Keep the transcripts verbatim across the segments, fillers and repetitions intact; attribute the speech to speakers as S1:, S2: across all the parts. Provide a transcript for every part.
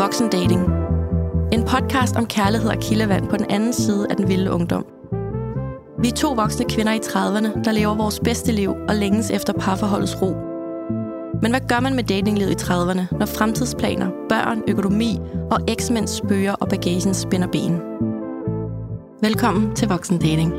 S1: Voksendating. En podcast om kærlighed og kildevand på den anden side af den vilde ungdom. Vi er to voksne kvinder i trediverne, der lever vores bedste liv og længes efter parforholdets ro. Men hvad gør man med datinglivet i trediverne, når fremtidsplaner, børn, økonomi og eksmænd spøger og bagagen spænder ben? Velkommen til Voksendating.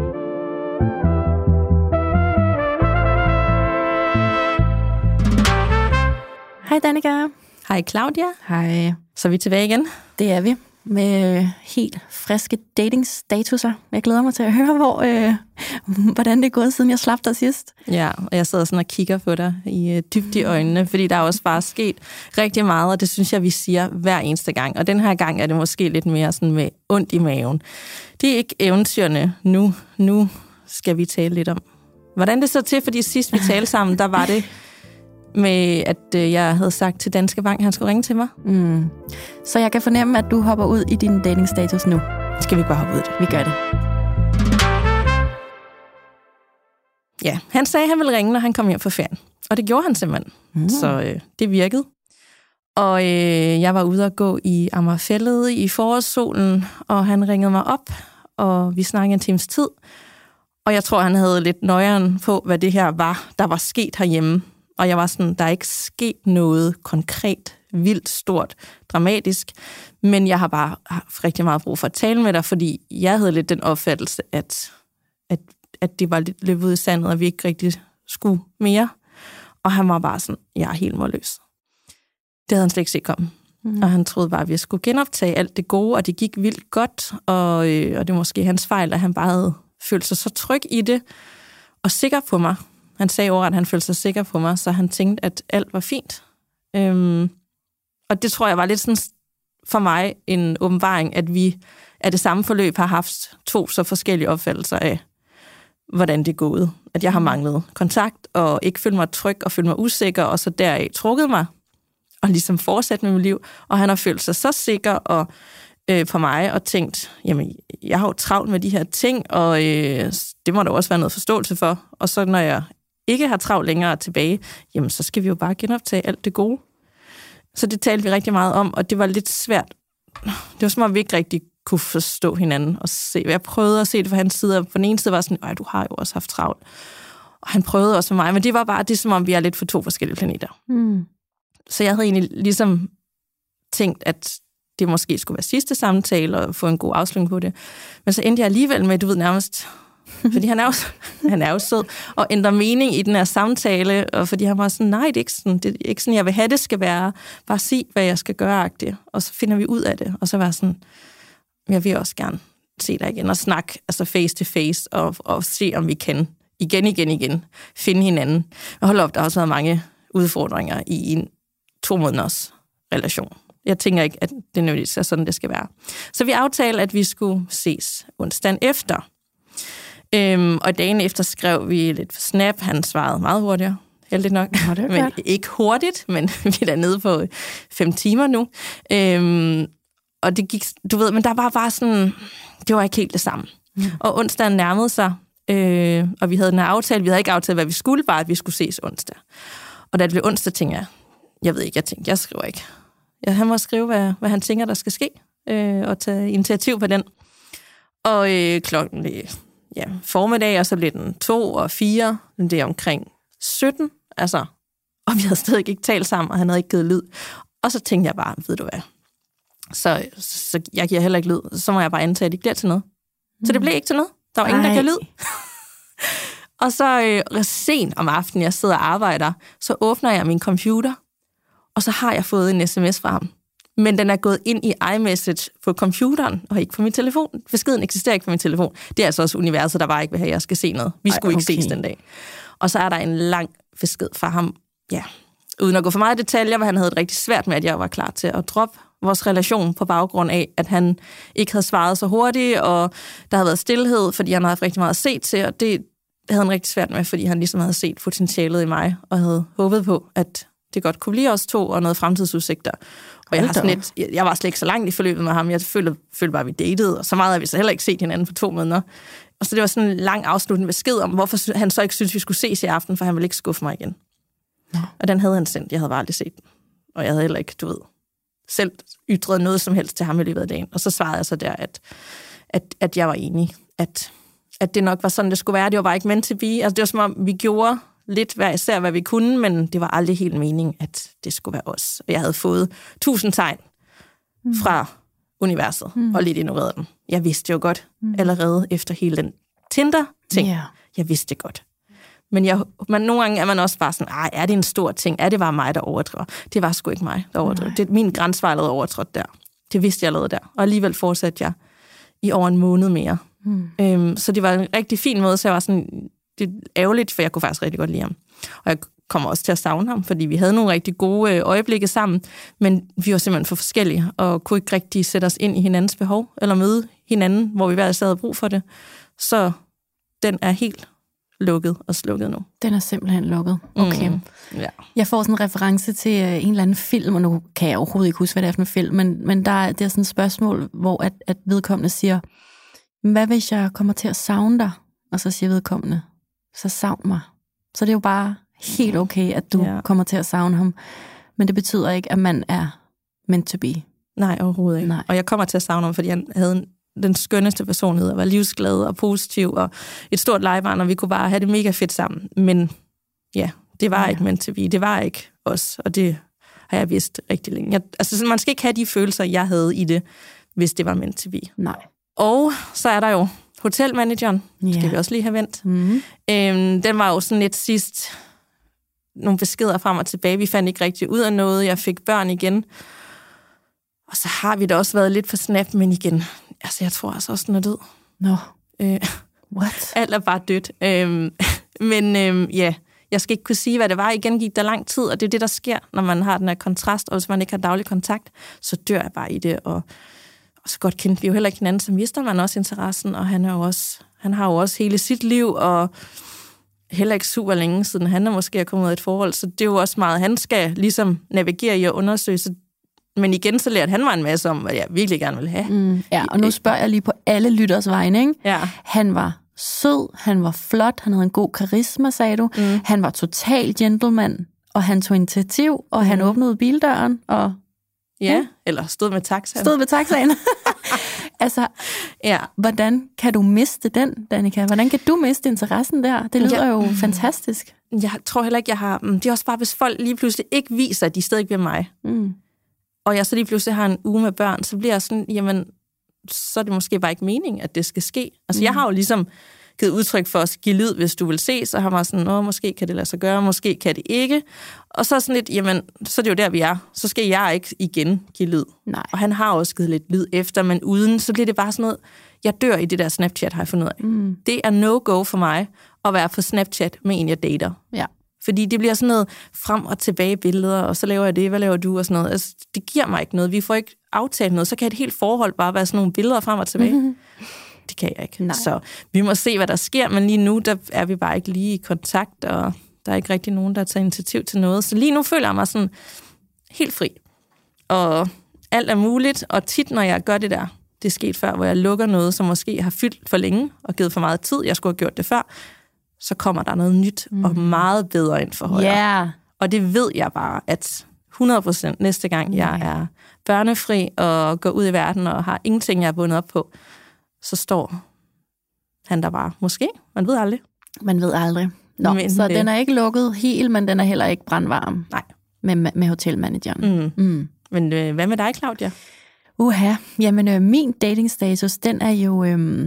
S1: Hej Danika.
S2: Hej Claudia.
S1: Hej.
S2: Så er vi tilbage igen.
S1: Det er vi med helt friske datingstatuser. Jeg glæder mig til at høre, hvor, øh, hvordan det er gået, siden jeg slap dig sidst.
S2: Ja, og jeg sidder sådan og kigger på dig i øh, dybt i øjnene, fordi der er også bare sket rigtig meget, og det synes jeg, vi siger hver eneste gang. Og den her gang er det måske lidt mere sådan med ondt i maven. Det er ikke eventyrene nu. Nu skal vi tale lidt om, hvordan det så til, fordi sidst vi talte sammen, der var det med, at øh, jeg havde sagt til Danske Bank, at han skulle ringe til mig.
S1: Mm. Så jeg kan fornemme, at du hopper ud i din datingstatus nu.
S2: Skal vi bare hoppe ud i det?
S1: Vi gør det.
S2: Ja, han sagde, at han ville ringe, når han kom hjem fra ferien. Og det gjorde han simpelthen. Mm. Så øh, det virkede. Og øh, jeg var ude at gå i Amagerfælled i forårssolen, og han ringede mig op, og vi snakkede en times tid. Og jeg tror, han havde lidt nøjeren på, hvad det her var, der var sket herhjemme. Og jeg var sådan, der er ikke sket noget konkret, vildt, stort, dramatisk, men jeg har bare haft rigtig meget brug for at tale med dig, fordi jeg havde lidt den opfattelse, at, at, at det var lidt løbet ud i sandet, og vi ikke rigtig skulle mere. Og han var bare sådan, jeg er helt målløs. Det havde han slet ikke set komme. Mm. Og han troede bare, at vi skulle genoptage alt det gode, og det gik vildt godt, og, øh, og det var måske hans fejl, at han bare havde følt sig så tryg i det, og sikker på mig. Han sagde over, at han følte sig sikker på mig, så han tænkte, at alt var fint. Øhm, og det tror jeg var lidt sådan for mig en åbenbaring, at vi af det samme forløb har haft to så forskellige opfattelser af, hvordan det er gået. At jeg har manglet kontakt, og ikke følt mig tryg, og følt mig usikker, og så deraf trukket mig, og ligesom fortsat med mit liv. Og han har følt sig så sikker og, øh, på mig, og tænkt, jamen, jeg har jo travlt med de her ting, og øh, det må der også være noget forståelse for. Og så når jeg ikke har travlt længere tilbage, jamen så skal vi jo bare genoptage alt det gode. Så det talte vi rigtig meget om, og det var lidt svært. Det var som om vi ikke rigtig kunne forstå hinanden og se. Jeg prøvede at se det fra hans side, og på den ene side var sådan, nej, du har jo også haft travlt. Og han prøvede også for mig, men det var bare det, som om vi er lidt for to forskellige planeter. Mm. Så jeg havde egentlig ligesom tænkt, at det måske skulle være sidste samtale og få en god afslutning på det. Men så endte jeg alligevel med, du ved nærmest, fordi han er, jo, han er jo sød, og ændrer mening i den her samtale, og fordi han var sådan, nej, det er ikke sådan, det er ikke sådan jeg vil have, det skal være. Bare sig, hvad jeg skal gøre, agtigt. Og så finder vi ud af det. Og så var jeg sådan, jeg vil også gerne se dig igen og snakke altså face to face, og, og se, om vi kan igen, igen, igen finde hinanden. Og hold op, der har også været mange udfordringer i en to måneders relation. Jeg tænker ikke, at det nødvendigvis er sådan, det skal være. Så vi aftalte, at vi skulle ses onsdagen efter. Øhm, og dagen efter skrev vi lidt på Snap. Han svarede meget hurtigere, heldigt nok. Ja, men godt. Ikke hurtigt, men vi er nede på fem timer nu. Øhm, og det gik, du ved, men der var bare sådan, det var ikke helt det samme. Mm. Og onsdagen nærmede sig, øh, og vi havde den her aftale. Vi havde ikke aftalt, hvad vi skulle, bare at vi skulle ses onsdag. Og da det blev onsdag, tænkte jeg, jeg ved ikke, jeg tænkte, jeg skriver ikke. Ja, han må skrive, hvad, hvad han tænker, der skal ske, øh, og tage initiativ på den. Og øh, klokken ja, formiddag, og så blev den to og fire, det er omkring sytten, altså, og vi havde stadig ikke talt sammen, og han havde ikke givet lyd. Og så tænkte jeg bare, ved du hvad, så, så jeg giver heller ikke lyd, så må jeg bare antage, at det ikke bliver til noget. Mm. Så det blev ikke til noget. Der var ingen, Ej. der gav lyd. Og så øh, sent om aftenen, jeg sidder og arbejder, så åbner jeg min computer, og så har jeg fået en sms fra ham. Men den er gået ind i iMessage på computeren, og ikke på min telefon. Beskeden eksisterer ikke på min telefon. Det er altså også universet, der bare ikke vil have, at jeg skal se noget. Vi skulle Ej, okay. ikke ses den dag. Og så er der en lang besked fra ham, ja, uden at gå for meget i detaljer, hvor han havde det rigtig svært med, at jeg var klar til at droppe vores relation på baggrund af, at han ikke havde svaret så hurtigt, og der havde været stillhed, fordi han havde haft rigtig meget at se til, og det havde han rigtig svært med, fordi han ligesom havde set potentialet i mig, og havde håbet på, at det godt kunne blive os to, og noget fremtidsudsigter. Og jeg, har sådan et, jeg, jeg var slet ikke så langt i forløbet med ham. Jeg følte, følte bare, at vi datede, og så meget har vi så heller ikke set hinanden for to måneder. Og så det var sådan en lang afsluttende besked om, hvorfor han så ikke synes vi skulle ses i aften, for han ville ikke skuffe mig igen. Ja. Og den havde han sendt. Jeg havde bare aldrig set den. Og jeg havde heller ikke, du ved, selv ytrede noget som helst til ham i løbet af dagen. Og så svarede jeg så der, at, at, at jeg var enig, at, at det nok var sådan, det skulle være. Det var bare ikke meant to be. Altså, det var som om, vi gjorde lidt hver især, hvad vi kunne, men det var aldrig helt meningen, at det skulle være os. Og jeg havde fået tusind tegn mm. fra universet, mm. og lidt ignoreret dem. Jeg vidste jo godt mm. allerede efter hele den Tinder-ting. Yeah. Jeg vidste det godt. Men jeg, man, nogle gange er man også bare sådan, ej, er det en stor ting? Er det bare mig, der overdriver? Det var sgu ikke mig, der overdriver. Det, min grænse var allerede overtrådt der. Det vidste jeg allerede der. Og alligevel fortsatte jeg i over en måned mere. Mm. Øhm, så det var en rigtig fin måde, så jeg var sådan, det er ærgerligt, for jeg kunne faktisk rigtig godt lide ham. Og jeg kommer også til at savne ham, fordi vi havde nogle rigtig gode øjeblikke sammen, men vi var simpelthen for forskellige, og kunne ikke rigtig sætte os ind i hinandens behov, eller møde hinanden, hvor vi hver især havde brug for det. Så den er helt lukket og slukket nu.
S3: Den er simpelthen lukket. Okay. Mm, ja. Jeg får sådan en reference til en eller anden film, og nu kan jeg overhovedet ikke huske, hvad det er for en film, men, men der er, det er sådan et spørgsmål, hvor at, at vedkommende siger, hvad hvis jeg kommer til at savne dig? Og så siger vedkommende, så savn mig. Så det er jo bare helt okay, at du ja. kommer til at savne ham. Men det betyder ikke, at man er meant to be.
S2: Nej, overhovedet ikke. Nej. Og jeg kommer til at savne ham, fordi han havde en den skønneste personlighed, og var livsglad og positiv, og et stort legebarn, og vi kunne bare have det mega fedt sammen. Men ja, det var ja. ikke meant to be. Det var ikke os, og det har jeg vidst rigtig længe. Jeg, altså, man skal ikke have de følelser, jeg havde i det, hvis det var meant to be.
S3: Nej.
S2: Og så er der jo hotelmanageren, ja. skal vi også lige have vendt. Mm-hmm. Øhm, den var jo sådan lidt sidst nogle beskeder frem og tilbage. Vi fandt ikke rigtig ud af noget. Jeg fik børn igen. Og så har vi da også været lidt for snap, men igen, altså jeg tror altså også, den er død.
S3: Nå, no.
S2: øh,
S3: what?
S2: Alt er bare dødt. Øhm, men øhm, ja, jeg skal ikke kunne sige, hvad det var. Igen gik der lang tid, og det er det, der sker, når man har den her kontrast, og hvis man ikke har daglig kontakt, så dør jeg bare i det. Og, og så godt kendte vi jo heller ikke hinanden, så mister man også interessen, og han, er jo også, han har jo også hele sit liv, og heller ikke super længe siden han er måske kommet ud af et forhold, så det er jo også meget, han skal ligesom navigere i at undersøge, så men igen, så lærte han mig en masse om, hvad jeg virkelig gerne ville have.
S3: Mm, ja, og nu spørger jeg lige på alle lytters vegne, ikke?
S2: Ja.
S3: Han var sød, han var flot, han havde en god karisma, sagde du. Mm. Han var total gentleman, og han tog initiativ, og mm. han åbnede bildøren, og...
S2: Ja, ja. Eller stod med taxaen.
S3: Stod med taxaen. Altså, ja. Hvordan kan du miste den, Danica? Hvordan kan du miste interessen der? Det lyder ja. jo fantastisk.
S2: Jeg tror heller ikke, jeg har... Det er også bare, hvis folk lige pludselig ikke viser, at de stadig bliver mig. Mm. Og jeg så lige pludselig har en uge med børn, så bliver jeg sådan, jamen, så er det måske bare ikke meningen, at det skal ske. Altså, mm. jeg har jo ligesom givet udtryk for at give lyd, hvis du vil se, så har man sådan, åh, måske kan det lade sig gøre, måske kan det ikke. Og så sådan lidt, jamen, så er det jo der, vi er. Så skal jeg ikke igen give lyd.
S3: Nej.
S2: Og han har også givet lidt lyd efter, men uden, så bliver det bare sådan noget, jeg dør i det der Snapchat, har jeg fundet ud af. Mm. Det er no-go for mig at være på Snapchat med en, jeg dater.
S3: Ja.
S2: Fordi det bliver sådan noget frem og tilbage billeder, og så laver jeg det, hvad laver du, og sådan noget. Altså, det giver mig ikke noget. Vi får ikke aftalt noget. Så kan et helt forhold bare være sådan nogle billeder frem og tilbage. Mm-hmm. Det kan jeg ikke. Nej. Så vi må se, hvad der sker, men lige nu, der er vi bare ikke lige i kontakt, og der er ikke rigtig nogen, der tager initiativ til noget. Så lige nu føler jeg mig sådan helt fri. Og alt er muligt, og tit, når jeg gør det der, det er sket før, hvor jeg lukker noget, som måske har fyldt for længe, og givet for meget tid, jeg skulle have gjort det før, så kommer der noget nyt mm. og meget bedre ind for højre.
S3: Yeah.
S2: Og det ved jeg bare, at hundrede procent næste gang, jeg er børnefri og går ud i verden og har ingenting, jeg er bundet op på, så står han der bare. Måske. Man ved aldrig.
S3: Man ved aldrig. Nå, men, så øh, den er ikke lukket helt, men den er heller ikke brandvarm.
S2: Nej.
S3: Med, med hotelmanageren.
S2: Mm. Mm. Men øh, hvad med dig, Claudia?
S3: Uha. Jamen, øh, min datingstatus, den er jo... Øh,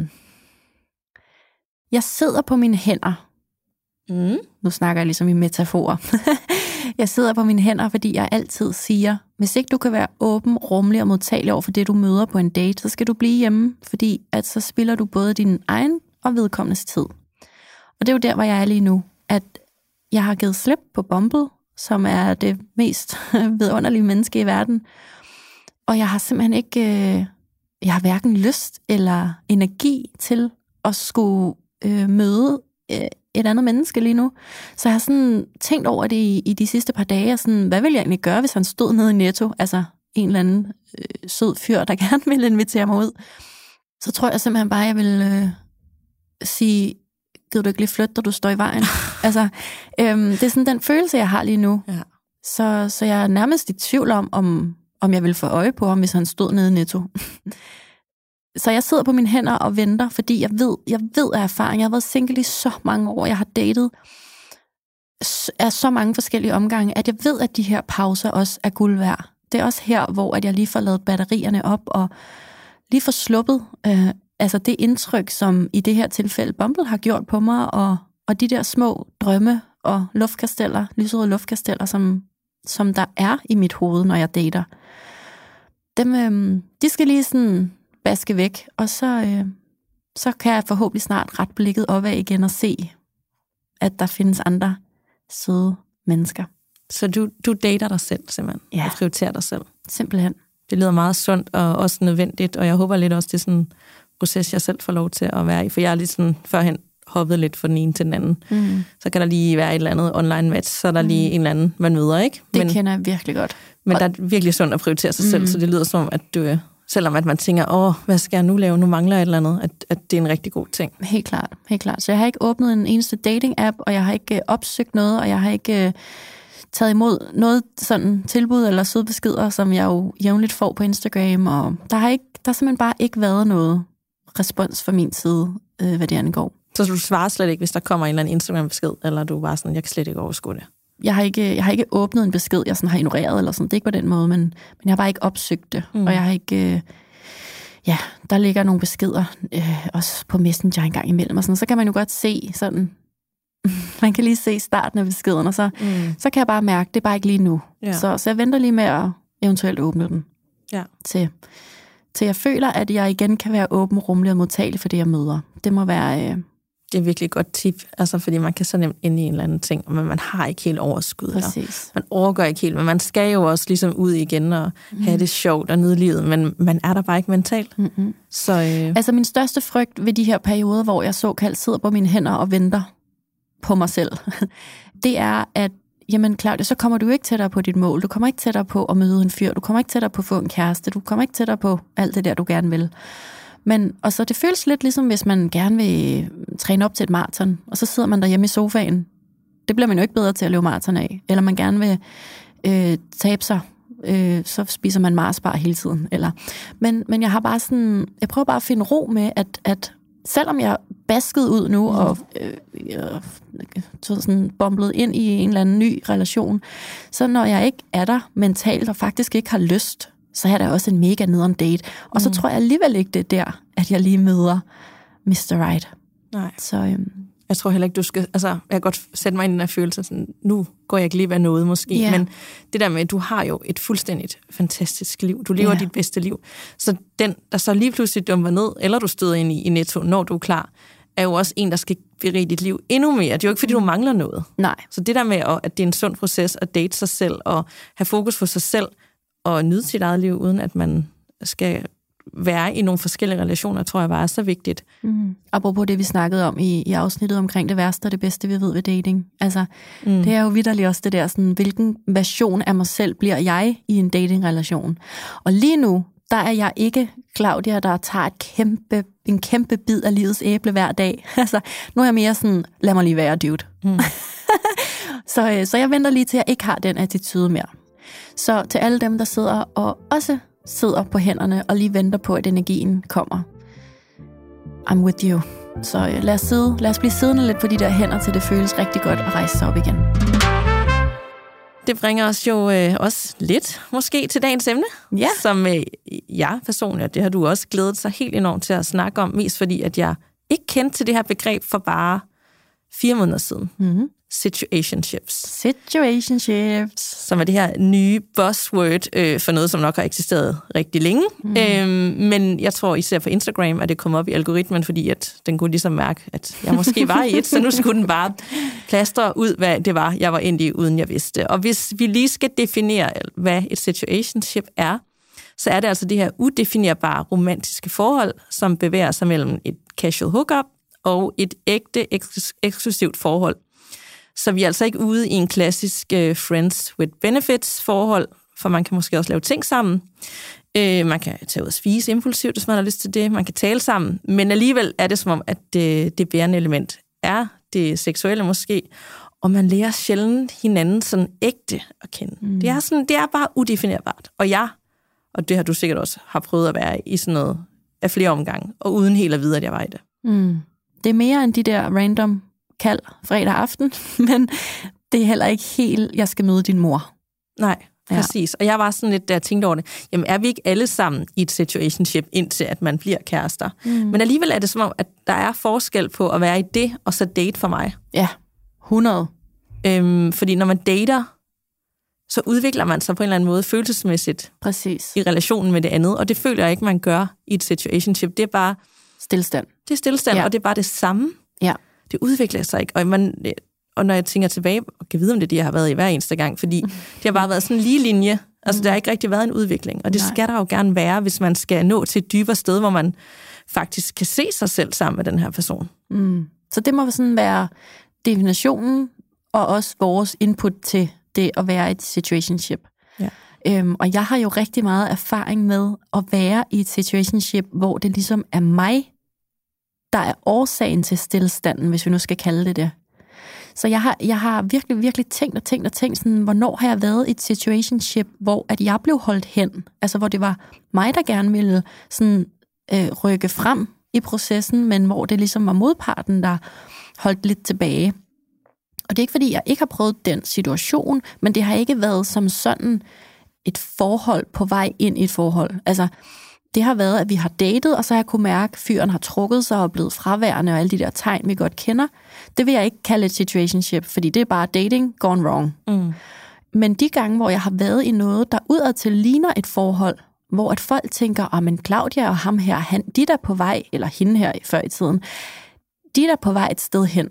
S3: jeg sidder på mine hænder. Mm. Nu snakker jeg ligesom i metaforer. Jeg sidder på mine hænder, fordi jeg altid siger, hvis ikke du kan være åben, rummelig og modtagelig over for det, du møder på en date, så skal du blive hjemme, fordi at så spilder du både din egen og vedkommendes tid. Og det er jo der, hvor jeg er lige nu, at jeg har givet slip på Bumble, som er det mest vidunderlige menneske i verden. Og jeg har simpelthen ikke, øh, jeg har hverken lyst eller energi til at skulle øh, møde øh, et andet menneske lige nu. Så jeg har sådan tænkt over det i, i de sidste par dage, sådan, hvad ville jeg egentlig gøre, hvis han stod nede i Netto, altså en eller anden øh, sød fyr, der gerne ville invitere mig ud. Så tror jeg simpelthen bare, jeg vil øh, sige, gider du ikke lige flytte, når du står i vejen? altså, øh, det er sådan den følelse, jeg har lige nu.
S2: Ja.
S3: Så, så jeg er nærmest i tvivl om, om, om jeg ville få øje på ham, hvis han stod nede i Netto. Så jeg sidder på mine hænder og venter, fordi jeg ved, jeg ved af erfaring, jeg har været single i så mange år, jeg har datet af så mange forskellige omgange, at jeg ved, at de her pauser også er guld værd. Det er også her, hvor at jeg lige får lavet batterierne op, og lige får sluppet øh, altså det indtryk, som i det her tilfælde Bumble har gjort på mig, og, og de der små drømme og luftkasteller, lyserøde luftkasteller, som, som der er i mit hoved, når jeg dater. Dem, øh, de skal lige sådan baske væk, og så, øh, så kan jeg forhåbentlig snart ret blikket opad igen og se, at der findes andre søde mennesker.
S2: Så du, du dater dig selv simpelthen, ja. Og prioriterer dig selv?
S3: Simpelthen.
S2: Det lyder meget sundt og også nødvendigt, og jeg håber lidt også, det er sådan en proces, jeg selv får lov til at være i, for jeg er lige sådan førhen hoppet lidt fra den ene til den anden. Mm. Så kan der lige være et eller andet online match, så er der mm. lige en eller anden, man møder, ikke?
S3: Det men, kender jeg virkelig godt.
S2: Men og der er virkelig sundt at prioritere sig mm. selv, så det lyder som, at du, selvom at man tænker, åh, hvad skal jeg nu lave, nu mangler jeg et eller andet, at, at det er en rigtig god ting.
S3: Helt klart, helt klart. Så jeg har ikke åbnet en eneste dating-app, og jeg har ikke opsøgt noget, og jeg har ikke taget imod noget sådan tilbud eller søde beskeder, som jeg jo jævnligt får på Instagram, og der har, ikke, der har simpelthen bare ikke været noget respons fra min side, øh, hvad det angår.
S2: Så du svarer slet ikke, hvis der kommer en eller anden Instagram-besked, eller du bare sådan, jeg kan slet ikke overskue det?
S3: Jeg har ikke, jeg har ikke åbnet en besked, jeg sådan har ignoreret, eller sådan. Det er ikke på den måde, men, men jeg har bare ikke opsøgt det, mm. og jeg har ikke... Øh, ja, der ligger nogle beskeder, øh, også på Messenger en gang imellem, og sådan, så kan man jo godt se sådan... Man kan lige se starten af beskeden, og så, mm. så kan jeg bare mærke, det er bare ikke lige nu. Ja. Så, så jeg venter lige med at eventuelt åbne den. Ja. Til, til jeg føler, at jeg igen kan være åben, rummelig og modtagelig for det, jeg møder. Det må være... Øh...
S2: Det er virkelig et godt tip, altså, fordi man kan så nemt ind i en eller anden ting, men man har ikke helt overskud. Præcis. Man overgår ikke helt, men man skal jo også ligesom ud igen og mm. have det sjovt og nyde livet, men man er der bare ikke mentalt. Mm-hmm. Så, øh...
S3: Altså min største frygt ved de her perioder, hvor jeg såkaldt sidder på mine hænder og venter på mig selv, det er, at jamen Claudia, så kommer du ikke tættere på dit mål. Du kommer ikke tættere på at møde en fyr. Du kommer ikke tættere på at få en kæreste. Du kommer ikke tættere på alt det der, du gerne vil. Men, og så det føles lidt ligesom, hvis man gerne vil træne op til et maraton, og så sidder man derhjemme i sofaen. Det bliver man jo ikke bedre til at løbe maraton af. Eller man gerne vil øh, tabe sig, øh, så spiser man Mars-bar hele tiden. Eller. Men, men jeg har bare sådan, jeg prøver bare at finde ro med, at, at selvom jeg baskede ud nu, mm. og øh, øh, sådan bomblet ind i en eller anden ny relation, så når jeg ikke er der mentalt, og faktisk ikke har lyst, så er der også en mega nederen date. Og mm. så tror jeg alligevel ikke, det er der, at jeg lige møder mister Right.
S2: Nej.
S3: Så, øhm,
S2: jeg tror heller ikke, du skal... Altså, jeg kan godt sætte mig ind i den her følelse, sådan, nu går jeg glip af noget måske, yeah. men det der med, at du har jo et fuldstændigt fantastisk liv. Du lever yeah. dit bedste liv. Så den, der så lige pludselig dumper ned, eller du støder ind i, i Netto, når du er klar, er jo også en, der skal berige dit liv endnu mere. Det er jo ikke, fordi du mangler noget.
S3: Nej.
S2: Så det der med, at det er en sund proces at date sig selv, og have fokus på sig selv, og nyde sit eget liv, uden at man skal være i nogle forskellige relationer, tror jeg bare er så vigtigt.
S3: Mm. Apropos det, vi snakkede om i, i afsnittet omkring det værste og det bedste, vi ved ved dating. Altså, mm. det er jo vitterligt også det der, sådan, hvilken version af mig selv bliver jeg i en datingrelation. Og lige nu, der er jeg ikke Claudia, der tager et kæmpe, en kæmpe bid af livets æble hver dag. Altså, nu er jeg mere sådan, lad mig lige være, dude. Mm. så, så jeg venter lige til, at jeg ikke har den attitude mere. Så til alle dem, der sidder og også sidder på hænderne og lige venter på, at energien kommer. I'm with you. Så lad os, sidde, lad os blive siddende lidt på de der hænder, til det føles rigtig godt at rejse sig op igen.
S2: Det bringer os jo øh, også lidt måske til dagens emne,
S3: ja.
S2: som øh, jeg personligt, det har du også glædet sig helt enormt til at snakke om, mest fordi, at jeg ikke kendte til det her begreb for bare fire måneder siden. Mm-hmm. Situationships.
S3: Situationships.
S2: Som er det her nye buzzword øh, for noget, som nok har eksisteret rigtig længe. Mm. Øhm, men jeg tror især på Instagram, at det kom op i algoritmen, fordi at den kunne ligesom mærke, at jeg måske var i et, så nu skulle den bare plastre ud, hvad det var, jeg var inde i, uden jeg vidste. Og hvis vi lige skal definere, hvad et situationship er, så er det altså det her udefinerbare romantiske forhold, som bevæger sig mellem et casual hookup og et ægte eks- eksklusivt forhold. Så vi er altså ikke ude i en klassisk uh, friends with benefits forhold, for man kan måske også lave ting sammen. Uh, man kan tage ud og spise impulsivt, hvis man har lyst til det. Man kan tale sammen, men alligevel er det som om, at det, det bærende element er det seksuelle måske, og man lærer sjældent hinanden sådan ægte at kende. Mm. Det er sådan, det er bare udefinerbart. Og jeg og det har du sikkert også har prøvet at være i sådan noget af flere omgange, og uden helt at vide, at jeg var i det.
S3: Mm. Det er mere end de der random kald fredag aften, men det er heller ikke helt, jeg skal møde din mor.
S2: Nej, præcis. Ja. Og jeg var sådan lidt, da jeg tænkte over det, jamen er vi ikke alle sammen i et situationship, indtil at man bliver kærester? Mm. Men alligevel er det som om, at der er forskel på at være i det, og så date for mig.
S3: Ja, hundrede.
S2: Øhm, fordi når man dater, så udvikler man sig på en eller anden måde følelsesmæssigt.
S3: Præcis.
S2: I relationen med det andet, og det føler jeg ikke, man gør i et situationship. Det er bare...
S3: Stilstand.
S2: Det er stilstand, ja. Og det er bare det samme.
S3: Ja.
S2: Det udvikler sig ikke. Og, man, og når jeg tænker tilbage, og kan vide, om det er det, jeg har været i hver eneste gang, fordi det har bare været sådan en lige linje. Altså, mm. der har ikke rigtig været en udvikling. Og det Nej. Skal der jo gerne være, hvis man skal nå til et dybere sted, hvor man faktisk kan se sig selv sammen med den her person.
S3: Mm. Så det må sådan være definitionen, og også vores input til det at være i et situationship.
S2: Ja.
S3: Øhm, og jeg har jo rigtig meget erfaring med at være i et situationship, hvor det ligesom er mig, der er årsagen til stillstanden, hvis vi nu skal kalde det det. Så jeg har, jeg har virkelig, virkelig tænkt og tænkt og tænkt, sådan, hvornår har jeg været i et situationship, hvor at jeg blev holdt hen? Altså, hvor det var mig, der gerne ville sådan, øh, rykke frem i processen, men hvor det ligesom var modparten, der holdt lidt tilbage. Og det er ikke, fordi jeg ikke har prøvet den situation, men det har ikke været som sådan et forhold på vej ind i et forhold. Altså, det har været, at vi har datet, og så har jeg kunne mærke, at fyren har trukket sig og blevet fraværende, og alle de der tegn, vi godt kender. Det vil jeg ikke kalde et situationship, fordi det er bare dating gone wrong.
S2: Mm.
S3: Men de gange, hvor jeg har været i noget, der udadtil ligner et forhold, hvor at folk tænker, ah, men Claudia og ham her, han, de der på vej, eller hende her før i tiden, de der på vej et sted hen.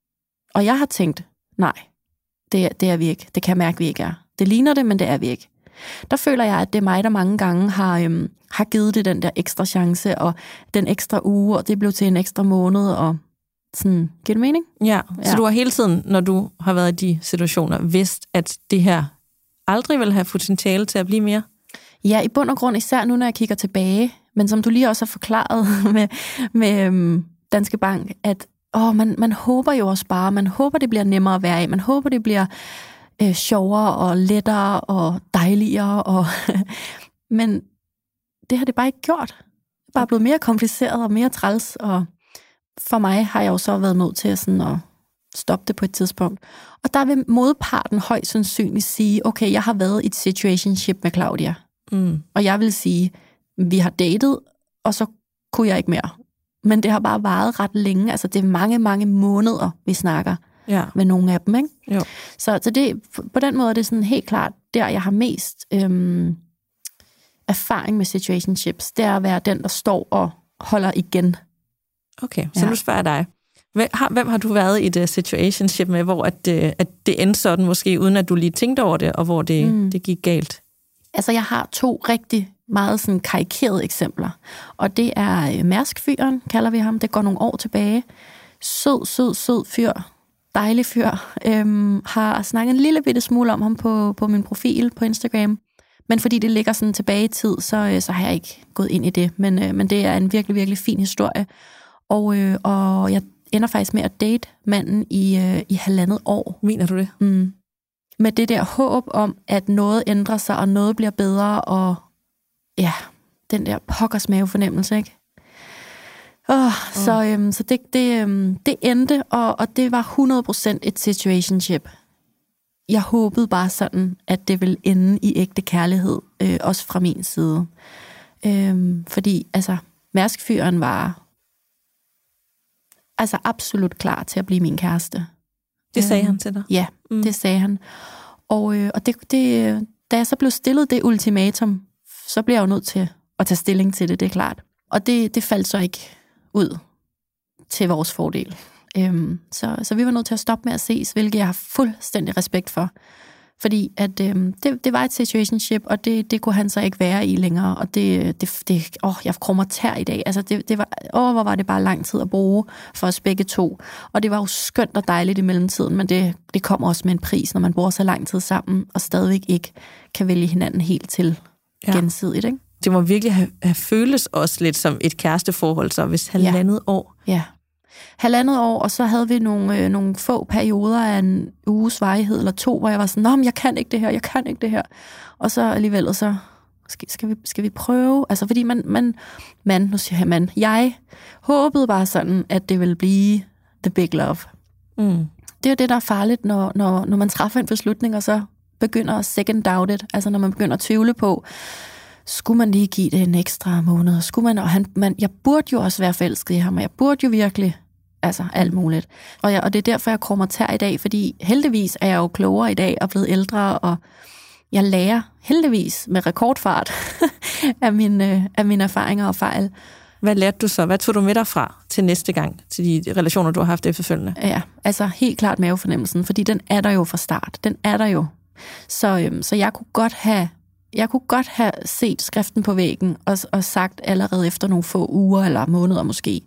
S3: Og jeg har tænkt, nej, det, det er vi ikke. Det kan jeg mærke, vi ikke er. Det ligner det, men det er vi ikke. Der føler jeg, at det er mig, der mange gange har, øhm, har givet det den der ekstra chance, og den ekstra uge, og det blev til en ekstra måned, og sådan, giver det mening?
S2: Ja, så ja. Du har hele tiden, når du har været i de situationer, vidst, at det her aldrig vil have potentiale til at blive mere?
S3: Ja, i bund og grund, især nu, når jeg kigger tilbage, men som du lige også har forklaret med, med øhm, Danske Bank, at åh, man, man håber jo også bare, man håber, det bliver nemmere at være i, man håber, det bliver øh, sjovere og lettere og dejligere, og men det har det bare ikke gjort. Det er bare blevet mere kompliceret og mere træls, og for mig har jeg jo så været nødt til sådan at stoppe det på et tidspunkt. Og der vil modparten højst sandsynligt sige, okay, jeg har været i et situationship med Claudia,
S2: mm.
S3: og jeg vil sige, vi har datet, og så kunne jeg ikke mere. Men det har bare varet ret længe. Altså, det er mange, mange måneder, vi snakker
S2: ja.
S3: med nogle af dem, ikke?
S2: Jo.
S3: Så, så det, på den måde er det sådan helt klart, der jeg har mest øhm, erfaring med situationships, det er at være den, der står og holder igen.
S2: Okay, så ja. Nu spørger jeg dig. Hvem har, hvem har du været i et situationship med, hvor at, at det endte sådan måske, uden at du lige tænkte over det, og hvor det, mm. det gik galt?
S3: Altså, jeg har to rigtig meget sådan karikerede eksempler. Og det er Mærsk-fyren, kalder vi ham. Det går nogle år tilbage. Sød, sød, sød fyr. Dejlig fyr. Øhm, har snakket en lille bitte smule om ham på, på min profil på Instagram. Men fordi det ligger sådan tilbage i tid, så, så har jeg ikke gået ind i det. Men, øh, men det er en virkelig, virkelig fin historie. Og, øh, og jeg ender faktisk med at date manden i, øh, i halvandet år.
S2: Mener du det?
S3: Mm. Med det der håb om, at noget ændrer sig, og noget bliver bedre, og ja, den der pokkers mavefornemmelse, ikke? Oh, oh. Så, øhm, så det, det, øhm, det endte, og, og det var hundrede procent et situationship. Jeg håbede bare sådan, at det ville ende i ægte kærlighed, øh, også fra min side. Øhm, fordi, altså, Mærsk-fyren var altså absolut klar til at blive min kæreste.
S2: Det sagde øhm, han til dig?
S3: Ja, mm. det sagde han. Og, øh, og det, det, da jeg så blev stillet det ultimatum, så bliver jeg jo nødt til at tage stilling til det, det er klart. Og det, det faldt så ikke ud til vores fordel. Øhm, så, så vi var nødt til at stoppe med at ses, hvilket jeg har fuldstændig respekt for. Fordi at, øhm, det, det var et situationship, og det, det kunne han så ikke være i længere. Og det, det, det åh, jeg krummer tær i dag. Altså det, det var, åh, hvor var det bare lang tid at bruge for os begge to. Og det var jo skønt og dejligt i mellemtiden, men det, det kom også med en pris, når man bruger så lang tid sammen, og stadigvæk ikke kan vælge hinanden helt til ja. gensidigt, ikke?
S2: Det må virkelig have, have føles også lidt som et kæresteforhold, så hvis halvandet ja. år.
S3: Ja, halvandet år, og så havde vi nogle, øh, nogle få perioder af en uges varighed eller to, hvor jeg var sådan, nå, men jeg kan ikke det her, jeg kan ikke det her. Og så alligevel, så, skal, skal, vi, skal vi prøve? Altså, fordi man, man, man, nu siger jeg man, jeg håbede bare sådan, at det ville blive the big love. Mm. Det er jo det, der er farligt, når, når, når man træffer en beslutning, og så begynder at second doubt it. Altså, når man begynder at tvivle på, skulle man lige give det en ekstra måned? Skulle man, og han, man, jeg burde jo også være forelsket i ham, og jeg burde jo virkelig, altså alt muligt. Og, jeg, og det er derfor, jeg kommer tær i dag, fordi heldigvis er jeg jo klogere i dag og blevet ældre, og jeg lærer heldigvis med rekordfart af, mine, af mine erfaringer og fejl.
S2: Hvad lærte du så? Hvad tog du med dig fra til næste gang, til de relationer, du har haft efterfølgende?
S3: Ja, altså helt klart mavefornemmelsen, fordi den er der jo fra start. Den er der jo. Så, øhm, så jeg kunne godt have Jeg kunne godt have set skriften på væggen og, og sagt allerede efter nogle få uger eller måneder måske,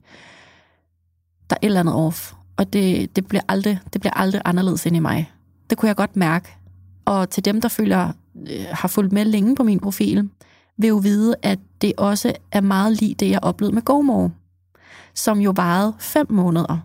S3: der er et eller andet off, og det, det, bliver aldrig, det bliver aldrig anderledes end i mig. Det kunne jeg godt mærke. Og til dem, der føler, øh, har fulgt med længe på min profil, vil jo vide, at det også er meget lige det, jeg oplevede med GoMore, som jo varede fem måneder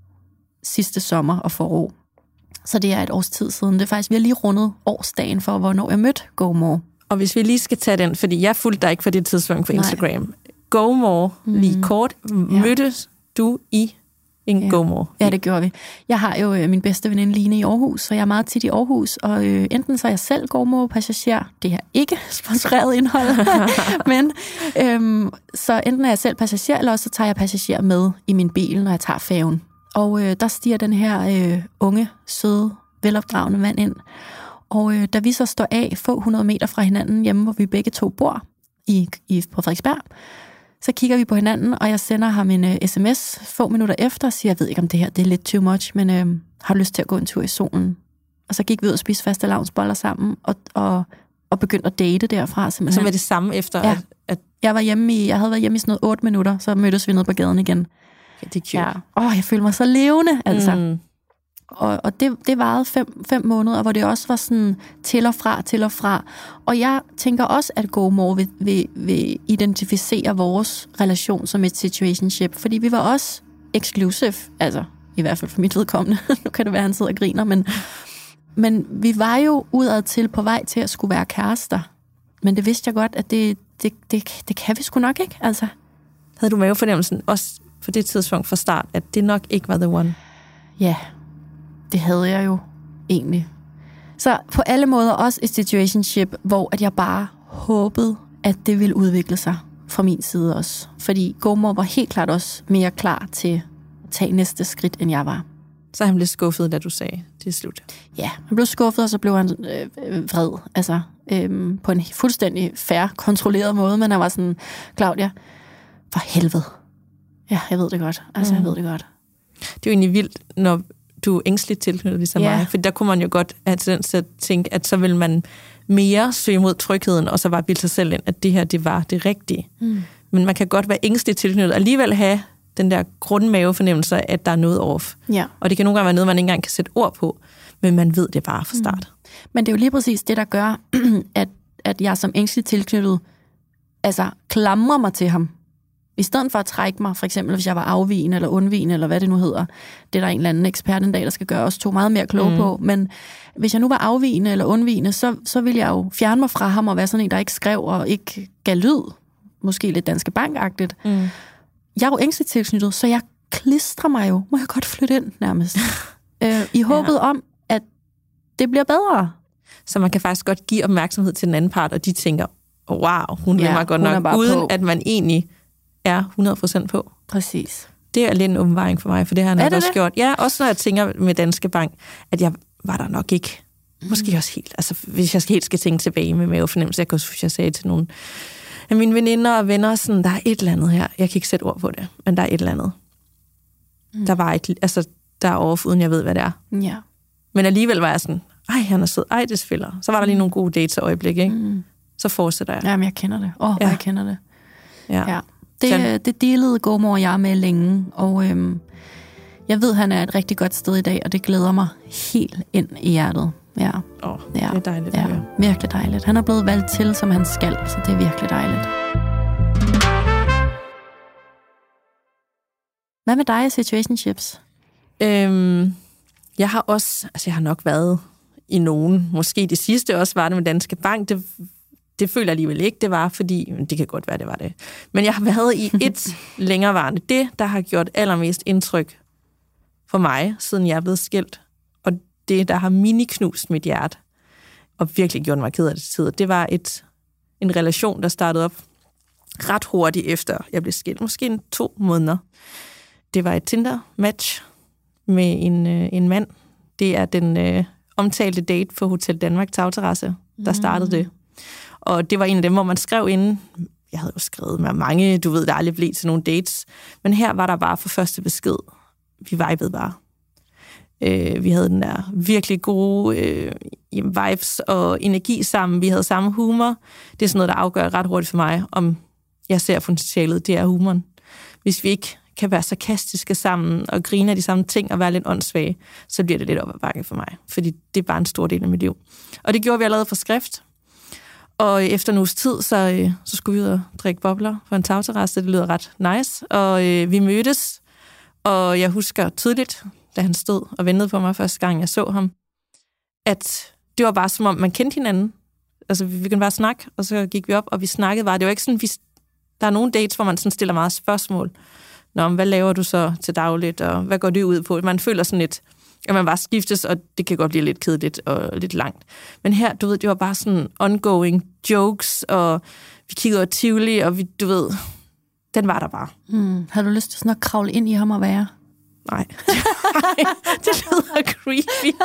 S3: sidste sommer og forår. Så det er et års tid siden. Det er faktisk, vi har lige rundet årsdagen for, hvornår jeg mødte GoMore.
S2: Og hvis vi lige skal tage den, fordi jeg fulgte dig ikke for det tidspunkt på Instagram. Nej. GoMore, mm. lige kort, ja. Mødtes du i en ja. GoMore?
S3: Ja, det gjorde vi. Jeg har jo øh, min bedste veninde Line i Aarhus, så jeg er meget tit i Aarhus, og øh, enten så er jeg selv GoMore-passager, det her ikke sponsoreret indhold, men øh, så enten er jeg selv passager, eller også så tager jeg passager med i min bil, når jeg tager færgen. Og øh, der stiger den her øh, unge, søde, velopdragende mand ind. Og øh, da vi så står af få hundrede meter fra hinanden hjemme, hvor vi begge to bor i, i, på Frederiksberg, så kigger vi på hinanden, og jeg sender ham en øh, sms få minutter efter og siger, jeg ved ikke, om det her det er lidt too much, men øh, har du lyst til at gå en tur i solen? Og så gik vi ud og spiste fastelavnsboller sammen, og, og, og begyndte at date derfra.
S2: Simpelthen. Så var det samme efter?
S3: Ja.
S2: At, at...
S3: Jeg, var hjemme i, jeg havde været hjemme i sådan noget otte minutter, så mødtes vi nede på gaden igen.
S2: Okay, det er cute.
S3: Ja. Åh, jeg følte mig så levende, altså. Mm. Og, og det, det varede fem, fem måneder, hvor det også var sådan til og fra, til og fra. Og jeg tænker også, at GoMore vil, vil, vil identificere vores relation som et situationship, fordi vi var også exclusive, altså i hvert fald for mit vedkommende. Nu kan det være, at han sidder og griner, men, men vi var jo udad til på vej til at skulle være kærester. Men det vidste jeg godt, at det, det, det, det kan vi sgu nok ikke, altså.
S2: Havde du mavefornemmelsen også for det tidspunkt fra start, at det nok ikke var the one?
S3: Ja, det havde jeg jo egentlig. Så på alle måder også et situationship, hvor at jeg bare håbede, at det ville udvikle sig fra min side også. Fordi GoMore var helt klart også mere klar til at tage næste skridt, end jeg var.
S2: Så han blev skuffet, da du sagde, det er slut?
S3: Ja, han blev skuffet, og så blev han øh, vred. Altså øh, på en fuldstændig fair, kontrolleret måde, men han var sådan, Claudia, for helvede. Ja, jeg ved det godt. Altså, mm. jeg ved det godt.
S2: Det er jo egentlig vildt, når du er ængstligt tilknyttet ligesom yeah. mig. For der kunne man jo godt have tendens til at tænke, at så vil man mere søge mod trygheden, og så bare bilde sig selv ind, at det her, det var det rigtige. Mm. Men man kan godt være ængstligt tilknyttet, og alligevel have den der grundmavefornemmelse, at der er noget off. Yeah. Og det kan nogle gange være noget, man ikke engang kan sætte ord på, men man ved det bare fra start. Mm.
S3: Men det er jo lige præcis det, der gør, at, at jeg som ængstligt tilknyttet, altså klamrer mig til ham. I stedet for at trække mig, for eksempel hvis jeg var afvigende eller undvigende, eller hvad det nu hedder. Det er der en eller anden ekspert en dag, der skal gøre os to meget mere kloge mm. på. Men hvis jeg nu var afvigende eller undvigende, så, så ville jeg jo fjerne mig fra ham og være sådan en, der ikke skrev og ikke gav lyd. Måske lidt Danske Bank-agtigt. Mm. Jeg er jo ængstligt tilknyttet, så jeg klistrer mig jo. Må jeg godt flytte ind nærmest. øh, I håbet ja. om, at det bliver bedre.
S2: Så man kan faktisk godt give opmærksomhed til den anden part, og de tænker, wow, hun vil ja, mig godt nok, uden på. At man egentlig er hundrede procent på.
S3: Præcis.
S2: Det er lidt en åbenbaring for mig, for det har han også det? gjort. Ja, også når jeg tænker med Danske Bank, at jeg var der nok ikke. Mm. Måske også helt. Altså, hvis jeg helt skal tænke tilbage med mavefornemmelse, jeg kan også, hvis jeg sagde til nogle af mine veninder og venner, sådan, der er et eller andet her. Jeg kan ikke sætte ord på det, men der er et eller andet. Mm. Der var et, altså, der er off, uden jeg ved, hvad det er.
S3: Ja.
S2: Men alligevel var jeg sådan, ej, han er sød, ej, det spiller. Så var der lige nogle gode dates og øjeblik, ikke? Mm. Så fortsætter jeg.
S3: Jamen, jeg kender det. Åh, oh, ja. jeg kender det.
S2: Ja.
S3: ja. Det, det delede GoMore og jeg med længe, og øhm, jeg ved, han er et rigtig godt sted i dag, og det glæder mig helt ind i hjertet. Ja.
S2: Åh, oh, ja. Det er dejligt.
S3: Ja, virkelig dejligt. Han er blevet valgt til, som han skal, så det er virkelig dejligt. Hvad med dig i situationships?
S2: Øhm, jeg har også, altså jeg har nok været i nogen, måske det sidste også var det med Danske Bank, det det føler jeg alligevel ikke, det var, fordi, det kan godt være, det var det. Men jeg har været i et længerevarende. Det, der har gjort allermest indtryk for mig, siden jeg er blevet skilt, og det, der har miniknust mit hjerte, og virkelig gjort mig ked af det til tider, det var et, en relation, der startede op ret hurtigt efter, jeg blev skilt. Måske en to måneder. Det var et Tinder-match med en, øh, en mand. Det er den øh, omtalte date for Hotel Danmark Tagterrasse, der startede det. Og det var en af dem, hvor man skrev inden. Jeg havde jo skrevet med mange, du ved, der aldrig blev til nogle dates. Men her var der bare for første besked. Vi vibede bare. Øh, vi havde den der virkelig gode øh, vibes og energi sammen. Vi havde samme humor. Det er sådan noget, der afgør ret hurtigt for mig, om jeg ser potentialet. Det er humoren. Hvis vi ikke kan være sarkastiske sammen og grine af de samme ting og være lidt åndssvage, så bliver det lidt op ad bakke for mig. Fordi det er bare en stor del af mit liv. Og det gjorde vi allerede for skrift. Og efter en uges tid, så, så skulle vi ud og drikke bobler på en tagterrasse. Det lyder ret nice. Og øh, vi mødtes, og jeg husker tydeligt, da han stod og ventede på mig første gang, jeg så ham, at det var bare som om, man kendte hinanden. Altså, vi, vi kunne bare snakke, og så gik vi op, og vi snakkede bare. Det var ikke sådan, vi, der er nogle dates, hvor man sådan stiller meget spørgsmål. Nå, hvad laver du så til dagligt, og hvad går det ud på? Man føler sådan lidt, at man bare skiftes, og det kan godt blive lidt kedeligt og lidt langt. Men her, du ved, det var bare sådan ongoing jokes, og vi kiggede over Tivoli, og vi, du ved, den var der bare.
S3: Hmm. Har du lyst til sådan at kravle ind i ham og være?
S2: Nej. Det lyder creepy.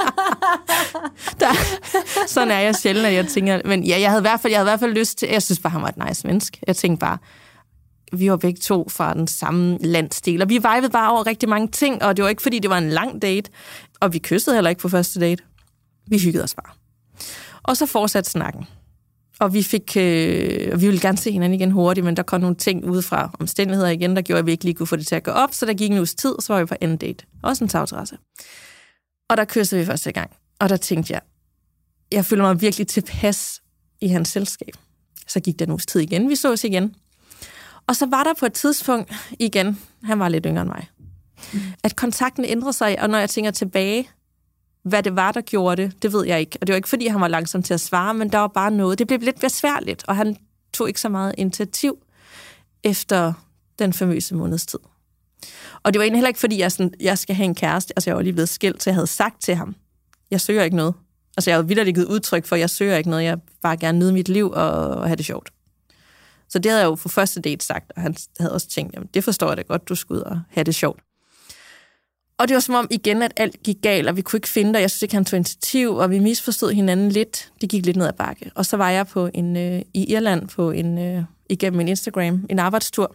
S2: Der, sådan er jeg sjældent, at jeg tænker, men ja, jeg havde i hvert fald, jeg havde i hvert fald lyst til, jeg synes bare, han var et nice menneske. Jeg tænkte bare, vi var begge to fra den samme landsdel, og vi vibede bare over rigtig mange ting, og det var ikke, fordi det var en lang date, og vi kyssede heller ikke på første date. Vi hyggede os bare. Og så fortsatte snakken. Og vi fik, øh, vi ville gerne se hinanden igen hurtigt, men der kom nogle ting ud fra omstændigheder igen, der gjorde, at vi ikke lige kunne få det til at gå op, så der gik en uges tid, så var vi på anden date. Også en tagterrasse. Og der kyssede vi første gang, og der tænkte jeg, jeg føler mig virkelig tilpas i hans selskab. Så gik der en uges tid igen, vi så os igen. Og så var der på et tidspunkt igen, han var lidt yngre end mig, mm. at kontakten ændrede sig, og når jeg tænker tilbage, hvad det var, der gjorde det, det ved jeg ikke. Og det var ikke, fordi han var langsom til at svare, men der var bare noget. Det blev lidt besværligt, og han tog ikke så meget initiativ efter den famøse måneds tid. Og det var egentlig heller ikke, fordi jeg, sådan, jeg skal have en kæreste. Altså, jeg var lige blevet skilt, så jeg havde sagt til ham, jeg søger ikke noget. Altså, jeg havde vitterligt givet udtryk for, jeg søger ikke noget. Jeg vil bare gerne nyde mit liv og, og have det sjovt. Så det havde jeg jo for første date sagt, og han havde også tænkt, jamen, det forstår jeg da godt, du skal ud og have det sjovt. Og det var som om igen, at alt gik galt, og vi kunne ikke finde dig. Jeg synes ikke, han tog initiativ, og vi misforstod hinanden lidt. Det gik lidt ned ad bakke. Og så var jeg på en, øh, i Irland på en, øh, igennem min Instagram, en arbejdstur.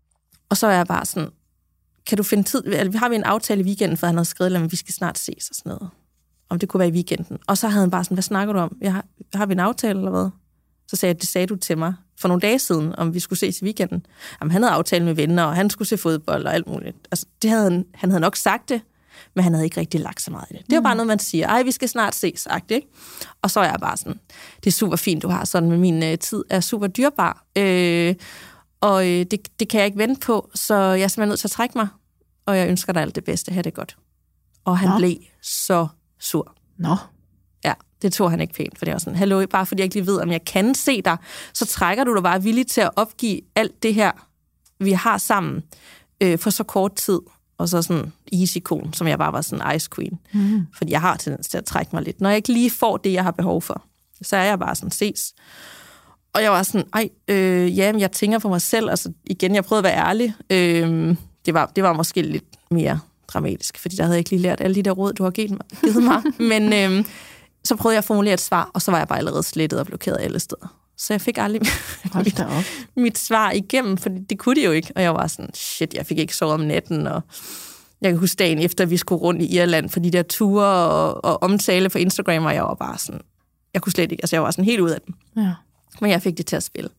S2: Og så er jeg bare sådan, kan du finde tid? Altså, har vi en aftale i weekenden, for han havde skrevet, at vi skal snart ses og sådan noget. Om det kunne være i weekenden. Og så havde han bare sådan, hvad snakker du om? Jeg har, har vi en aftale eller hvad? Så sagde jeg, det sagde du til mig for nogle dage siden, om vi skulle ses i weekenden. Jamen, han havde aftalt med venner, og han skulle se fodbold og alt muligt. Altså, det havde han, han havde nok sagt det, men han havde ikke rigtig lagt så meget i det. Det var bare noget, man siger, ej, vi skal snart ses, sagt, ikke? Og så er jeg bare sådan, det er super fint, du har sådan, med min øh, tid er super dyrbar, øh, og øh, det, det kan jeg ikke vente på, så jeg er simpelthen nødt til at trække mig, og jeg ønsker dig alt det bedste, have det godt. Og han Nå. blev så sur.
S3: Nå.
S2: Ja, det tog han ikke pænt, for det var sådan, hallo, bare fordi jeg ikke lige ved, om jeg kan se dig, så trækker du dig bare villig til at opgive alt det her, vi har sammen, øh, for så kort tid, og så sådan easy-kon, som jeg bare var sådan ice queen. Mm. Fordi jeg har tendens til at trække mig lidt. Når jeg ikke lige får det, jeg har behov for, så er jeg bare sådan, ses. Og jeg var sådan, ej, øh, ja, jeg tænker på mig selv. Altså igen, jeg prøvede at være ærlig. Øh, det, var, det var måske lidt mere dramatisk, fordi der havde jeg ikke lige lært alle de der råd, du har givet mig. Givet mig. Men øh, så prøvede jeg at formulere et svar, og så var jeg bare allerede slettet og blokeret alle steder. Så jeg fik aldrig mit, mit svar igennem, for det kunne det jo ikke. Og jeg var sådan, shit, jeg fik ikke sovet om natten. Og jeg kan huske dagen efter, vi skulle rundt i Irland for de der ture og, og omtale på Instagram, og jeg var bare sådan, jeg kunne slet ikke, altså jeg var sådan helt ud af den.
S3: Ja.
S2: Men jeg fik det til at spille.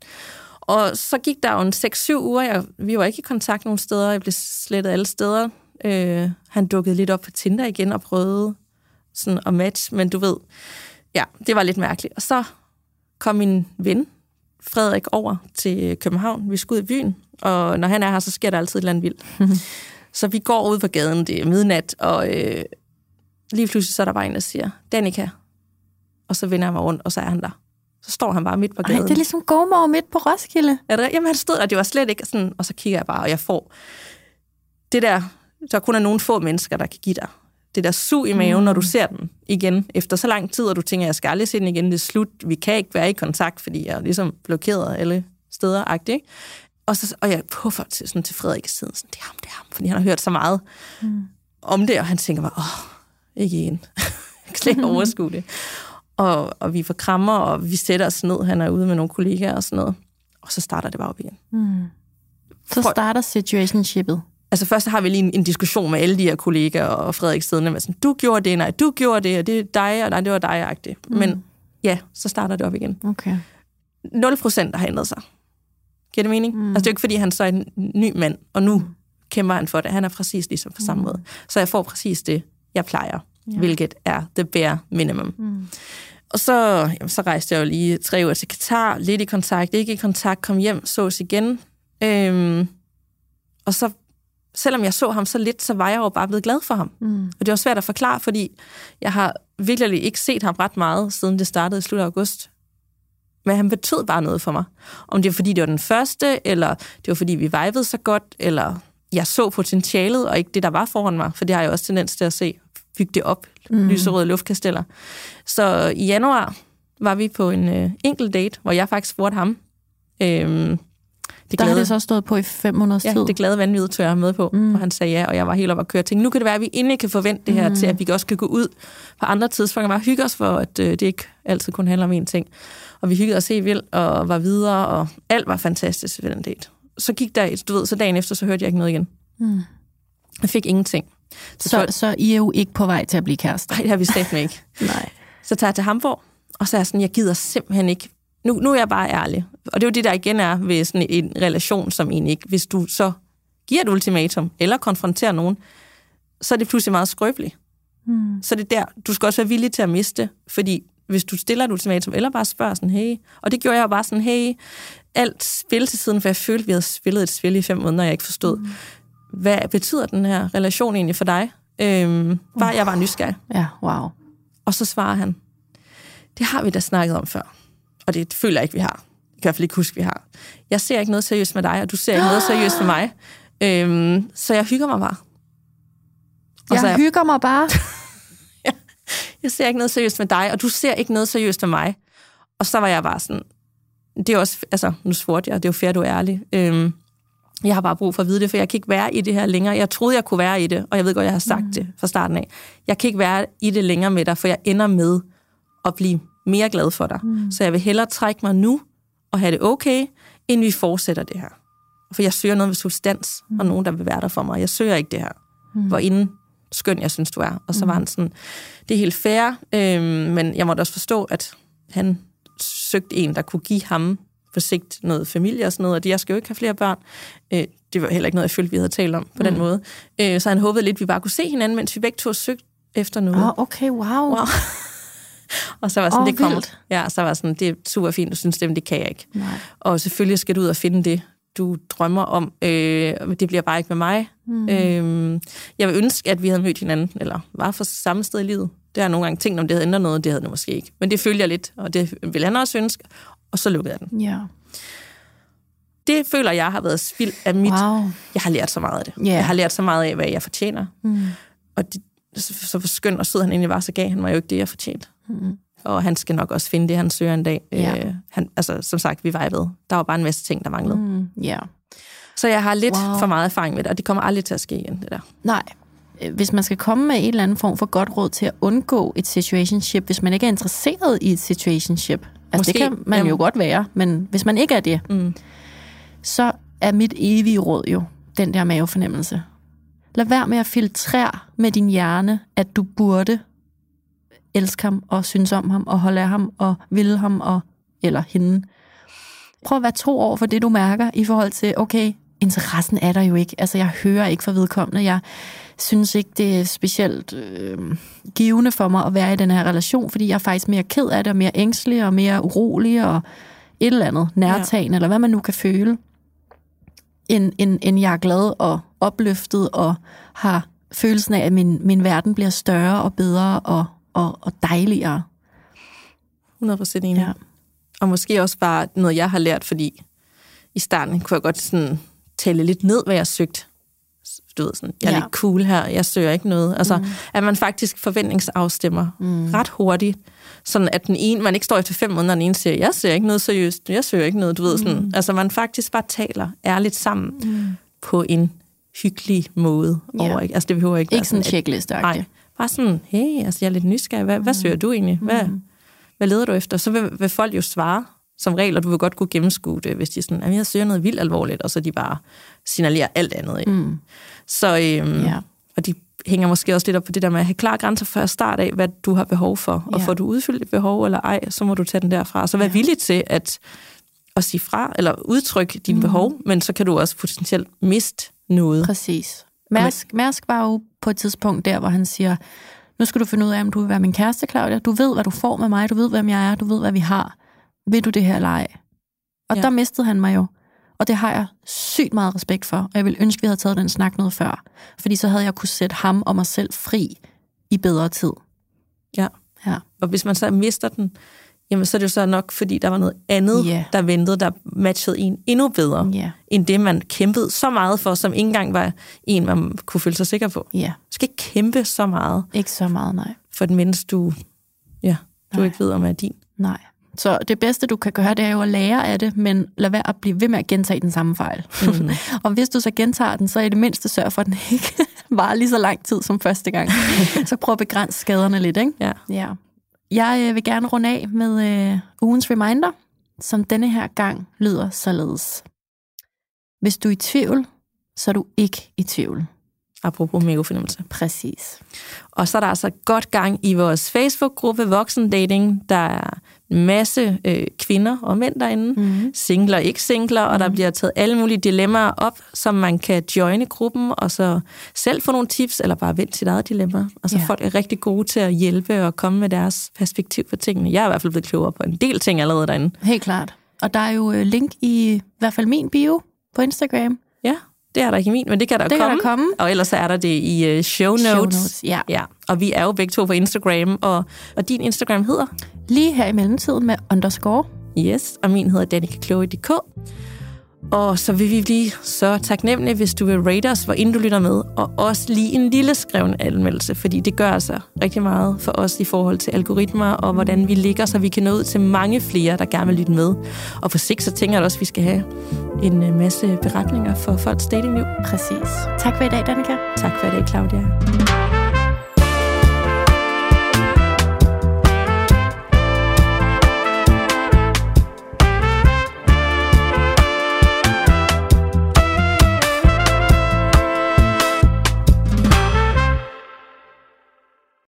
S2: Og så gik der jo en seks syv uger, jeg, vi var ikke i kontakt nogen steder, jeg blev slettet alle steder. Øh, han dukkede lidt op på Tinder igen og prøvede sådan at match, men du ved, ja, det var lidt mærkeligt. Og så kom min ven, Frederik, over til København. Vi skulle ud i byen, og når han er her, så sker der altid et eller andet vildt. Mm-hmm. Så vi går ud på gaden, det er midnat, og øh, lige pludselig så er der bare en, der siger, Danica. Og så vender jeg mig rundt, og så er han der. Så står han bare midt på gaden.
S3: Ej, det er ligesom GoMore midt på Roskilde.
S2: Er det, jamen, han stod der, det var slet ikke sådan, og så kigger jeg bare, og jeg får det der, der kun er nogle få mennesker, der kan give dig. Det der sug i maven, mm. når du ser den igen, efter så lang tid, og du tænker, jeg skal aldrig se den igen, det er slut, vi kan ikke være i kontakt, fordi jeg er ligesom blokeret alle steder-agtigt, ikke? Og, så, og jeg puffer til, sådan, til Frederik siden, sådan, det er ham, det er ham, fordi han har hørt så meget mm. om det, og han tænker bare, åh, ikke en. Jeg kan slet ikke overskue det. Og, og vi får krammer, og vi sætter os ned, han er ude med nogle kollegaer og sådan noget, og så starter det bare op igen. Mm.
S3: Så starter situationshipet.
S2: Altså først har vi lige en, en diskussion med alle de her kollegaer og Frederik siddende med sådan, du gjorde det, nej, du gjorde det, og det er dig, og nej, det var dig-agtigt. Mm. Men ja, så starter det op igen.
S3: Okay.
S2: nul procent har ændret sig. Giver det mening? Mm. Altså det er jo ikke, fordi han så er en ny mand, og nu kæmper han for det. Han er præcis ligesom på samme mm. måde. Så jeg får præcis det, jeg plejer, ja. Hvilket er the bare minimum. Mm. Og så, jamen, så rejste jeg jo lige tre uger til Katar, lidt i kontakt, ikke i kontakt, kom hjem, sås igen. Øhm, og så selvom jeg så ham så lidt, så var jeg jo bare blevet glad for ham. Mm. Og det var svært at forklare, fordi jeg har virkelig ikke set ham ret meget, siden det startede i slut af august. Men han betød bare noget for mig. Om det var, fordi det var den første, eller det var, fordi vi vibede så godt, eller jeg så potentialet, og ikke det, der var foran mig, for det har jeg også tendens til at se. Bygge det op, mm. lyserøde luftkasteller. Så i januar var vi på en øh, enkelt date, hvor jeg faktisk spurgte ham, øhm,
S3: Det der har det så stået på i fem måneders
S2: ja,
S3: tid.
S2: Det glade vanvid tør jeg med på, mm. og han sagde ja, og jeg var helt op at køre. Jeg tænkte, nu kan det være, at vi endelig kan forvente det her mm. til, at vi også kan gå ud på andre tidspunkter. Bare hygge os for, at øh, det ikke altid kun handler om én ting. Og vi hyggede os helt vildt, og var videre, og alt var fantastisk ved den date. Så gik der, du ved, så dagen efter, så hørte jeg ikke noget igen. Mm. Jeg fik ingenting.
S3: Så, så, så I er jo ikke på vej til at blive kærester?
S2: Nej, det har vi slet ikke.
S3: Nej.
S2: Så tager jeg til Hamburg, og så er jeg sådan, jeg gider simpelthen ikke. Nu, nu er jeg bare ærlig. Og det er jo det, der igen er ved sådan en relation, som egentlig ikke. Hvis du så giver et ultimatum, eller konfronterer nogen, så er det pludselig meget skrøbeligt. Mm. Så det er der, du skal også være villig til at miste, fordi hvis du stiller et ultimatum, eller bare spørger sådan, hey, og det gjorde jeg jo bare sådan, hey, alt spil til siden, for jeg følte, vi havde spillet et spil i fem måneder, jeg ikke forstod. Mm. Hvad betyder den her relation egentlig for dig? Øhm, bare, uh. Jeg var nysgerrig.
S3: Ja, wow.
S2: Og så svarer han, det har vi da snakket om før. Og det føler jeg ikke, vi har. Jeg kan i hvert fald ikke huske, vi har. Jeg ser ikke noget seriøst med dig, og du ser ikke noget seriøst med mig. Øhm, så jeg hygger mig bare.
S3: Og jeg, jeg hygger mig bare?
S2: ja, jeg ser ikke noget seriøst med dig, og du ser ikke noget seriøst med mig. Og så var jeg bare sådan, det er også, altså, nu spurgte jeg, det er jo fair, du er ærlig. Øhm, jeg har bare brug for at vide det, for jeg kan ikke være i det her længere. Jeg troede, jeg kunne være i det, og jeg ved godt, jeg har sagt mm. det fra starten af. Jeg kan ikke være i det længere med dig, for jeg ender med at blive mere glad for dig. Mm. Så jeg vil hellere trække mig nu og have det okay, inden vi fortsætter det her. For jeg søger noget med substans, mm. og nogen, der vil være der for mig. Jeg søger ikke det her. Mm. Hvor inden skøn, jeg synes, du er. Og så mm. var han sådan, det er helt fair, øh, men jeg måtte også forstå, at han søgte en, der kunne give ham på sigt noget familie og sådan noget, og jeg skal jo ikke have flere børn. Øh, det var heller ikke noget, jeg følte, vi havde talt om på mm. den måde. Øh, så han håbede lidt, at vi bare kunne se hinanden, mens vi begge to søgte efter noget.
S3: Åh, oh, okay, wow. wow.
S2: Og så var sådan,
S3: oh,
S2: det kommer. Ja, så var sådan, det er super fint, du synes det, men det kan jeg ikke. Nej. Og selvfølgelig skal du ud og finde det, du drømmer om. Øh, men det bliver bare ikke med mig. Mm. Øh, jeg vil ønske, at vi havde mødt hinanden, eller var for samme sted i livet. Det har nogle gange tænkt, om det havde ændret noget, det havde det måske ikke. Men det følger jeg lidt, og det vil han også ønske. Og så lukkede jeg den.
S3: Ja.
S2: Det føler jeg har været spild af mit...
S3: Wow.
S2: Jeg har lært så meget af det.
S3: Yeah.
S2: Jeg har lært så meget af, hvad jeg fortjener. Mm. Og det, så, så skønt og sød han egentlig var, så gav han mig jo ikke det, jeg fortjente. Mm. Og han skal nok også finde det, han søger en dag. Yeah. Øh, han, altså, som sagt, vi vibede. Der var bare en masse ting, der manglede.
S3: Mm. Yeah.
S2: Så jeg har lidt wow. for meget erfaring med det, og det kommer aldrig til at ske igen, det der.
S3: Nej. Hvis man skal komme med en eller anden form for godt råd til at undgå et situationship, hvis man ikke er interesseret i et situationship, altså måske, det kan man jamen. jo godt være, men hvis man ikke er det, mm. så er mit evige råd jo den der mavefornemmelse. Lad være med at filtrere med din hjerne, at du burde elske ham og synes om ham og holde af ham og ville ham og eller hende. Prøv at være tro over for det, du mærker i forhold til, okay, interessen er der jo ikke. Altså, jeg hører ikke fra vedkommende. Jeg synes ikke, det er specielt øh, givende for mig at være i den her relation, fordi jeg er faktisk mere ked af det, og mere ængstelig, og mere urolig, og et eller andet nærtagende, ja. Eller hvad man nu kan føle, end, end, end jeg er glad og opløftet, og har følelsen af, at min, min verden bliver større og bedre, og, og, og dejligere.
S2: hundrede procent enig. Ja. Og måske også bare noget, jeg har lært, fordi i starten kunne jeg godt sådan tale lidt ned, hvad jeg søgte. Du ved sådan, jeg er ja. lidt cool her, jeg søger ikke noget. Altså, mm. at man faktisk forventningsafstemmer mm. ret hurtigt, sådan at den ene, man ikke står efter fem måneder, og den ene siger, jeg søger ikke noget seriøst, jeg søger ikke noget, du ved sådan. Mm. Altså, man faktisk bare taler ærligt sammen mm. på en hyggelig måde. Ja. Over, ikke? Altså, det behøver ikke
S3: ikke
S2: være
S3: sådan en checkliste.
S2: Nej, bare sådan, hey, altså, jeg er lidt nysgerrig, hvad, mm. hvad søger du egentlig? Hvad, mm. hvad leder du efter? Så vil, vil folk jo svare som regel, og du vil godt kunne gennemskue det, hvis de er sådan, at jeg søger noget vildt alvorligt, og så de bare signalerer alt andet. Mm. Så, øhm, ja. Og de hænger måske også lidt op på det der med at have klare grænser fra start af, hvad du har behov for. Ja. Og får du udfyldt et behov eller ej, så må du tage den derfra. Så vær ja. villig til at, at sige fra, eller udtrykke dine mm. behov, men så kan du også potentielt miste noget.
S3: Præcis. Mærsk, Mærsk var jo på et tidspunkt der, hvor han siger, nu skal du finde ud af, om du vil være min kæreste, Claudia. Du ved, hvad du får med mig. Du ved, hvem jeg er. Du ved, hvad vi har. Vil du det her eller ej? Og ja. der mistede han mig jo. Og det har jeg sygt meget respekt for. Og jeg vil ønske, vi havde taget den snak noget før. Fordi så havde jeg kunne sætte ham og mig selv fri i bedre tid.
S2: Ja. ja. Og hvis man så mister den, jamen så er det jo så nok, fordi der var noget andet, yeah. der ventede, der matchede en endnu bedre, yeah. end det, man kæmpede så meget for, som ikke engang var en, man kunne føle sig sikker på.
S3: Yeah.
S2: Du skal ikke kæmpe så meget.
S3: Ikke så meget, nej.
S2: For den mindste, du, ja, du nej. ikke ved, om er din.
S3: Nej. Så det bedste, du kan gøre, det er jo at lære af det, men lad være at blive ved med at gentage den samme fejl. Mm. Og hvis du så gentager den, så er det mindste sørg for, at den ikke varer lige så lang tid som første gang. Så prøv at begrænse skaderne lidt, ikke?
S2: Ja.
S3: ja. Jeg vil gerne runde af med øh, ugens reminder, som denne her gang lyder således. Hvis du er i tvivl, så er du ikke i tvivl.
S2: Apropos mavefornemmelse.
S3: Præcis.
S2: Og så er der altså godt gang i vores Facebook-gruppe Voksendating. Der er en masse øh, kvinder og mænd derinde. Mm-hmm. Singler og ikke-singler. Og mm-hmm. der bliver taget alle mulige dilemmaer op, som man kan joine gruppen, og så selv få nogle tips, eller bare vente sit eget dilemma. Altså yeah. folk er rigtig gode til at hjælpe og komme med deres perspektiv på tingene. Jeg er i hvert fald blevet klogere på en del ting allerede derinde.
S3: Helt klart. Og der er jo link i, i hvert fald min bio på Instagram.
S2: Ja. Det er der ikke i min, men det kan der
S3: det
S2: komme.
S3: Kan der komme.
S2: Og ellers er der det i uh, show notes.
S3: Show notes ja.
S2: ja. Og vi er jo begge to på Instagram, og, og din Instagram hedder?
S3: Lige her i mellemtiden med underscore.
S2: Yes, og min hedder Danica Chloe punktum d k. Og så vil vi blive så taknemmelige, hvis du vil rate os, hvor inden du lytter med, og også lige en lille skreven anmeldelse, fordi det gør altså rigtig meget for os i forhold til algoritmer, og hvordan vi ligger, så vi kan nå ud til mange flere, der gerne vil lytte med. Og på sigt, så tænker jeg også, at vi skal have en masse beretninger for folks datingliv.
S3: Præcis. Tak for i dag, Danica.
S2: Tak for i dag, Claudia.